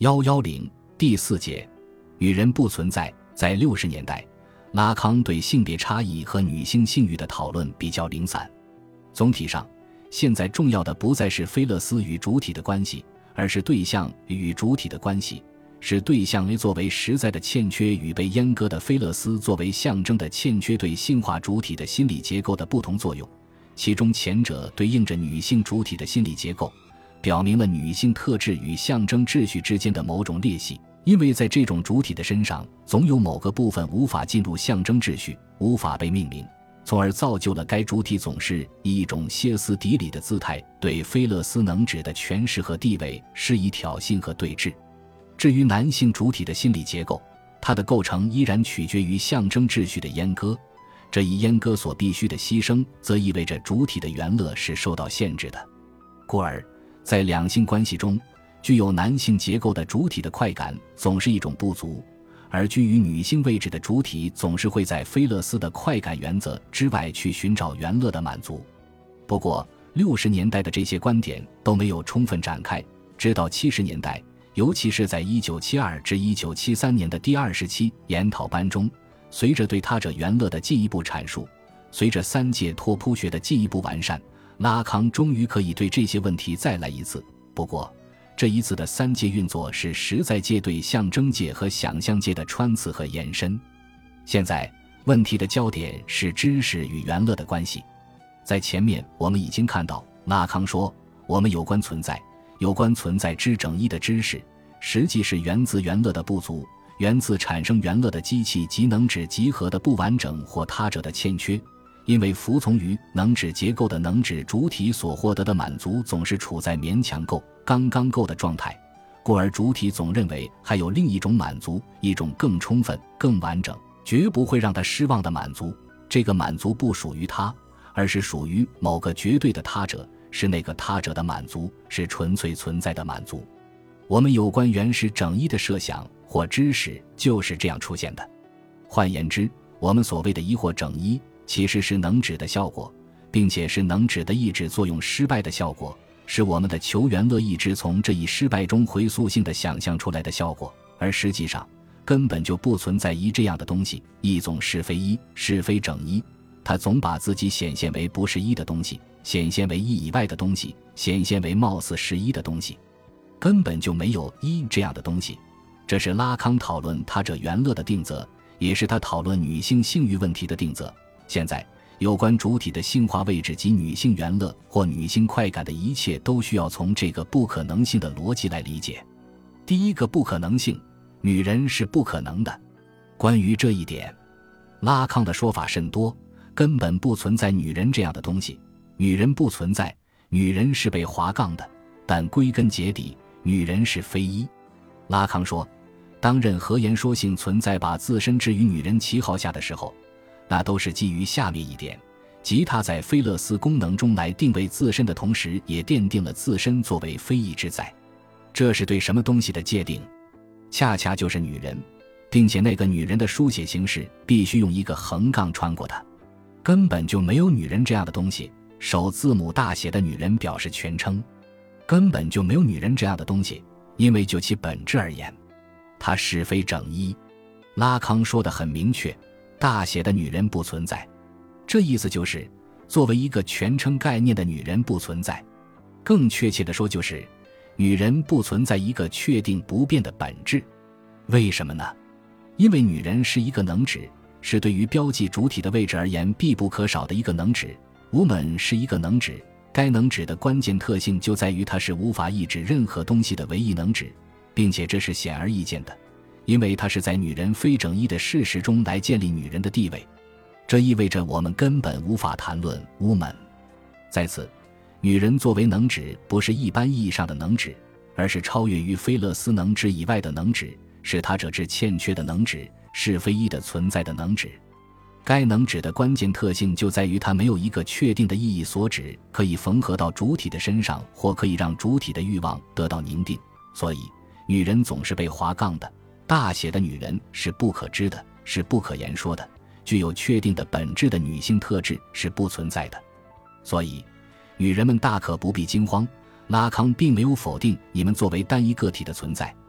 110第4节，女人不存在。在60年代，拉康对性别差异和女性性欲的讨论比较零散。总体上，现在重要的不再是菲勒斯与主体的关系，而是对象与主体的关系，是对象 A 作为实在的欠缺与被阉割的菲勒斯作为象征的欠缺对性化主体的心理结构的不同作用。其中前者对应着女性主体的心理结构，表明了女性特质与象征秩序之间的某种裂隙，因为在这种主体的身上总有某个部分无法进入象征秩序，无法被命名，从而造就了该主体总是以一种歇斯底里的姿态对菲勒斯能指的诠释和地位施以挑衅和对峙。至于男性主体的心理结构，它的构成依然取决于象征秩序的阉割，这一阉割所必须的牺牲则意味着主体的原乐是受到限制的。故而在两性关系中，具有男性结构的主体的快感总是一种不足，而居于女性位置的主体总是会在菲勒斯的快感原则之外去寻找原乐的满足。不过60年代的这些观点都没有充分展开，直到70年代，尤其是在1972至1973年的第二时期研讨班中，随着对他者原乐的进一步阐述，随着三界拓扑学的进一步完善，拉康终于可以对这些问题再来一次。不过这一次的三界运作是实在界对象征界和想象界的穿刺和延伸。现在问题的焦点是知识与原乐的关系。在前面我们已经看到，拉康说我们有关存在之整一的知识，实际是源自原乐的不足，源自产生原乐的机器及能指集合的不完整或他者的欠缺。因为服从于能指结构的能指主体所获得的满足总是处在勉强够、刚刚够的状态，故而主体总认为还有另一种满足，一种更充分、更完整，绝不会让他失望的满足。这个满足不属于他，而是属于某个绝对的他者，是那个他者的满足，是纯粹存在的满足。我们有关原始整一的设想或知识就是这样出现的。换言之，我们所谓的一或整一其实是能指的效果，并且是能指的意志作用失败的效果，是我们的求原乐意志从这一失败中回溯性的想象出来的效果。而实际上根本就不存在一这样的东西，一总是非一，是非整一，它总把自己显现为不是一的东西，显现为一以外的东西，显现为貌似是一的东西，根本就没有一这样的东西。这是拉康讨论他者原乐的定则，也是他讨论女性性欲问题的定则。现在有关主体的性化位置及女性原乐或女性快感的一切都需要从这个不可能性的逻辑来理解。第一个不可能性，女人是不可能的。关于这一点，拉康的说法甚多，根本不存在女人这样的东西，女人不存在，女人是被划杠的，但归根结底，女人是非一。拉康说，当任何言说性存在把自身置于女人旗号下的时候，那都是基于下面一点，即他在菲勒斯功能中来定位自身的同时，也奠定了自身作为非一之在。这是对什么东西的界定？恰恰就是女人，并且那个女人的书写形式必须用一个横杠穿过它。根本就没有女人这样的东西，首字母大写的女人表示全称。根本就没有女人这样的东西，因为就其本质而言，它是非整一。拉康说得很明确，大写的女人不存在，这意思就是作为一个全称概念的女人不存在。更确切地说，就是女人不存在一个确定不变的本质。为什么呢？因为女人是一个能指，是对于标记主体的位置而言必不可少的一个能指。woman 是一个能指，该能指的关键特性就在于它是无法抑制任何东西的唯一能指，并且这是显而易见的，因为它是在女人非整一的事实中来建立女人的地位。这意味着我们根本无法谈论 woman。 在此，女人作为能指不是一般意义上的能指，而是超越于菲勒斯能指以外的能指，是他者之欠缺的能指，是非一的存在的能指。该能指的关键特性就在于它没有一个确定的意义所指可以缝合到主体的身上，或可以让主体的欲望得到凝定。所以女人总是被划杠的，大写的女人是不可知的，是不可言说的，具有确定的本质的女性特质是不存在的。所以女人们大可不必惊慌，拉康并没有否定你们作为单一个体的存在，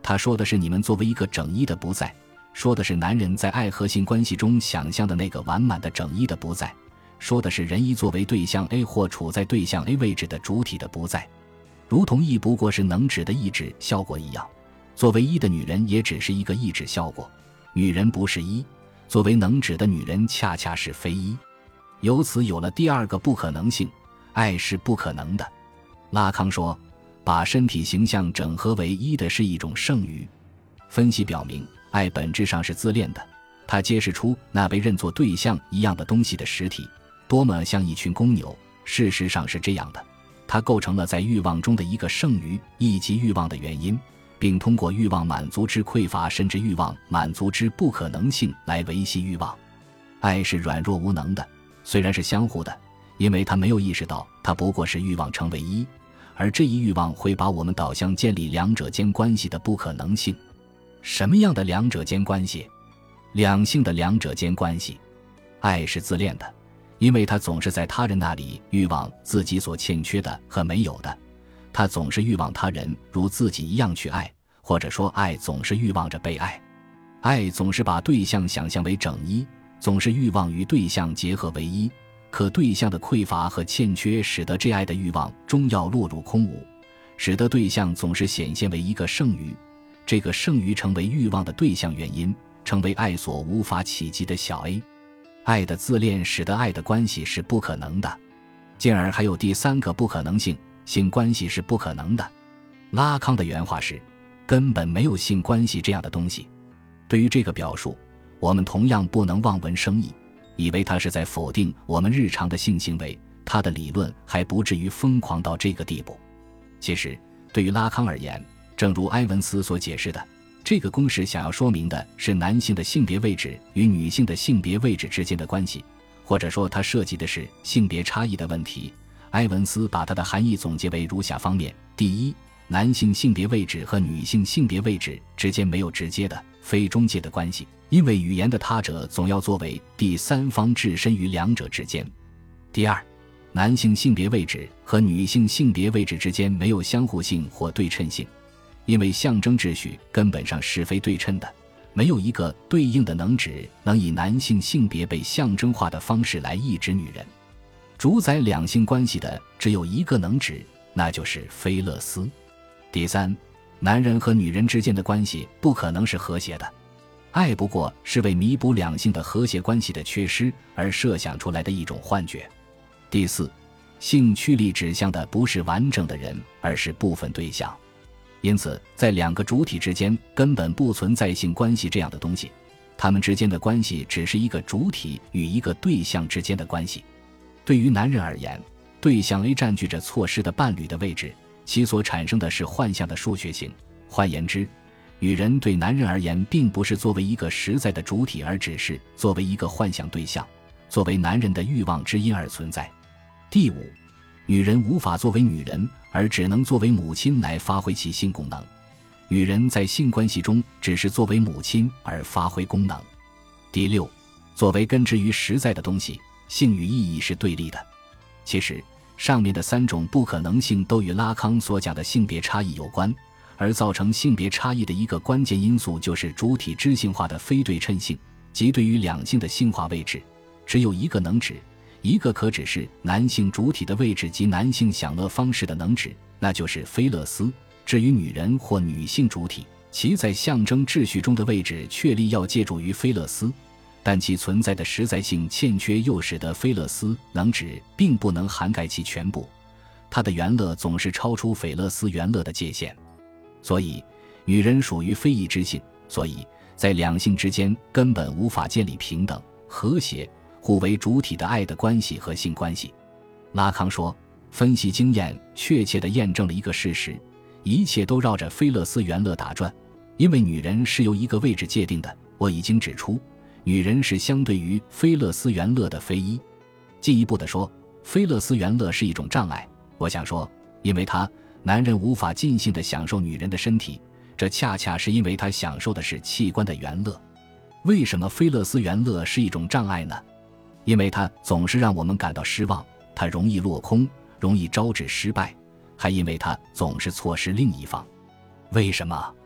他说的是你们作为一个整一的不在，说的是男人在爱和性关系中想象的那个完满的整一的不在，说的是人一作为对象 A 或处在对象 A 位置的主体的不在。如同一不过是能指的抑制效果一样，作为一的女人也只是一个抑制效果，女人不是一，作为能指的女人恰恰是非一。由此有了第二个不可能性，爱是不可能的。拉康说，把身体形象整合为一的是一种剩余。分析表明，爱本质上是自恋的，它揭示出那被认作对象一样的东西的实体多么像一群公牛，事实上是这样的，它构成了在欲望中的一个剩余，以及欲望的原因，并通过欲望满足之匮乏甚至欲望满足之不可能性来维系欲望。爱是软弱无能的，虽然是相互的，因为他没有意识到它不过是欲望成为一，而这一欲望会把我们导向建立两者间关系的不可能性。什么样的两者间关系？两性的两者间关系。爱是自恋的，因为他总是在他人那里欲望自己所欠缺的和没有的，他总是欲望他人如自己一样去爱，或者说爱总是欲望着被爱。爱总是把对象想象为整一，总是欲望与对象结合为一，可对象的匮乏和欠缺使得这爱的欲望终要落入空无，使得对象总是显现为一个剩余，这个剩余成为欲望的对象原因，成为爱所无法企及的小 a。 爱的自恋使得爱的关系是不可能的，进而还有第三个不可能性，性关系是不可能的。拉康的原话是，根本没有性关系这样的东西。对于这个表述，我们同样不能望文生义，以为他是在否定我们日常的性行为，他的理论还不至于疯狂到这个地步。其实对于拉康而言，正如埃文斯所解释的，这个公式想要说明的是男性的性别位置与女性的性别位置之间的关系，或者说它涉及的是性别差异的问题。埃文斯把它的含义总结为如下方面：第一，男性性别位置和女性性别位置之间没有直接的非中介的关系，因为语言的他者总要作为第三方置身于两者之间。第二，男性性别位置和女性性别位置之间没有相互性或对称性，因为象征秩序根本上是非对称的，没有一个对应的能指能以男性性别被象征化的方式来抑制女人。主宰两性关系的只有一个能指，那就是菲勒斯。第三，男人和女人之间的关系不可能是和谐的，爱不过是为弥补两性的和谐关系的缺失而设想出来的一种幻觉。第四，性驱力指向的不是完整的人，而是部分对象。因此在两个主体之间根本不存在性关系这样的东西，他们之间的关系只是一个主体与一个对象之间的关系。对于男人而言，对象 A 占据着错失的伴侣的位置，其所产生的是幻象的数学性。换言之，女人对男人而言并不是作为一个实在的主体，而只是作为一个幻想对象，作为男人的欲望之因而存在。第五，女人无法作为女人，而只能作为母亲来发挥其性功能。女人在性关系中只是作为母亲而发挥功能。第六，作为根植于实在的东西，性与意义是对立的。其实上面的三种不可能性都与拉康所讲的性别差异有关，而造成性别差异的一个关键因素就是主体知性化的非对称性，即对于两性的性化位置只有一个能指，一个可指示男性主体的位置及男性享乐方式的能指，那就是菲勒斯。至于女人或女性主体，其在象征秩序中的位置确立要借助于菲勒斯，但其存在的实在性欠缺又使得菲勒斯能指并不能涵盖其全部，他的原乐总是超出菲勒斯原乐的界限。所以女人属于非异之性，所以在两性之间根本无法建立平等、和谐、互为主体的爱的关系和性关系。拉康说，分析经验确切地验证了一个事实，一切都绕着菲勒斯原乐打转，因为女人是由一个位置界定的。我已经指出，女人是相对于菲勒斯原乐的非一。进一步地说，菲勒斯原乐是一种障碍。我想说，因为男人无法尽兴地享受女人的身体，这恰恰是因为他享受的是器官的原乐。为什么菲勒斯原乐是一种障碍呢？因为它总是让我们感到失望，它容易落空，容易招致失败，还因为它总是错失另一方。为什么？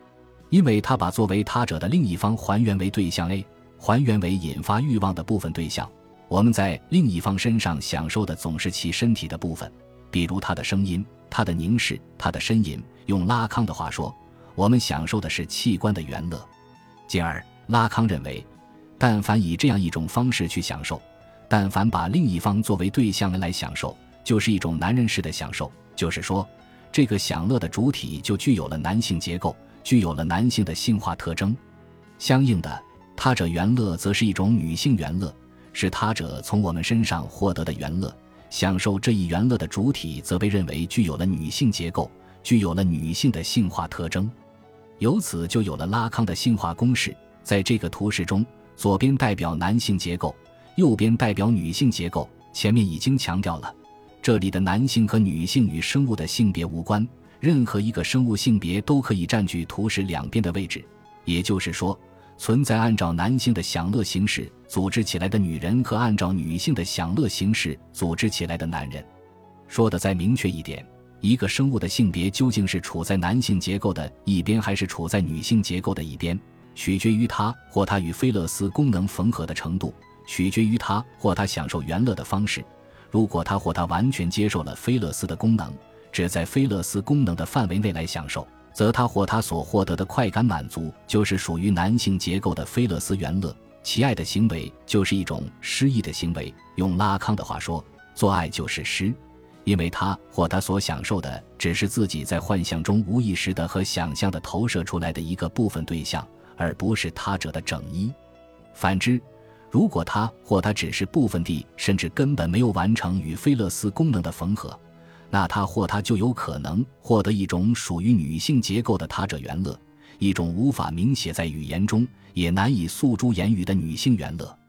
因为他把作为他者的另一方还原为对象 A， 还原为引发欲望的部分对象。我们在另一方身上享受的总是其身体的部分，比如他的声音、他的凝视、他的呻吟。用拉康的话说，我们享受的是器官的原乐。进而拉康认为，但凡以这样一种方式去享受，但凡把另一方作为对象来享受，就是一种男人式的享受，就是说这个享乐的主体就具有了男性结构，具有了男性的性化特征。相应的，他者原乐则是一种女性原乐，是他者从我们身上获得的原乐。享受这一原乐的主体则被认为具有了女性结构，具有了女性的性化特征。由此就有了拉康的性化公式。在这个图示中，左边代表男性结构，右边代表女性结构。前面已经强调了，这里的男性和女性与生物的性别无关，任何一个生物性别都可以占据图示两边的位置。也就是说，存在按照男性的享乐形式组织起来的女人和按照女性的享乐形式组织起来的男人。说得再明确一点，一个生物的性别究竟是处在男性结构的一边还是处在女性结构的一边，取决于它或它与菲勒斯功能缝合的程度，取决于它或它享受原乐的方式。如果它或它完全接受了菲勒斯的功能，只在菲勒斯功能的范围内来享受，则他或他所获得的快感满足就是属于男性结构的菲勒斯原乐。其爱的行为就是一种诗意的行为，用拉康的话说，做爱就是诗，因为他或他所享受的只是自己在幻象中无意识的和想象的投射出来的一个部分对象，而不是他者的整一。反之，如果他或他只是部分地甚至根本没有完成与菲勒斯功能的缝合，那他或他就有可能获得一种属于女性结构的他者原乐，一种无法明写在语言中也难以诉诸言语的女性原乐。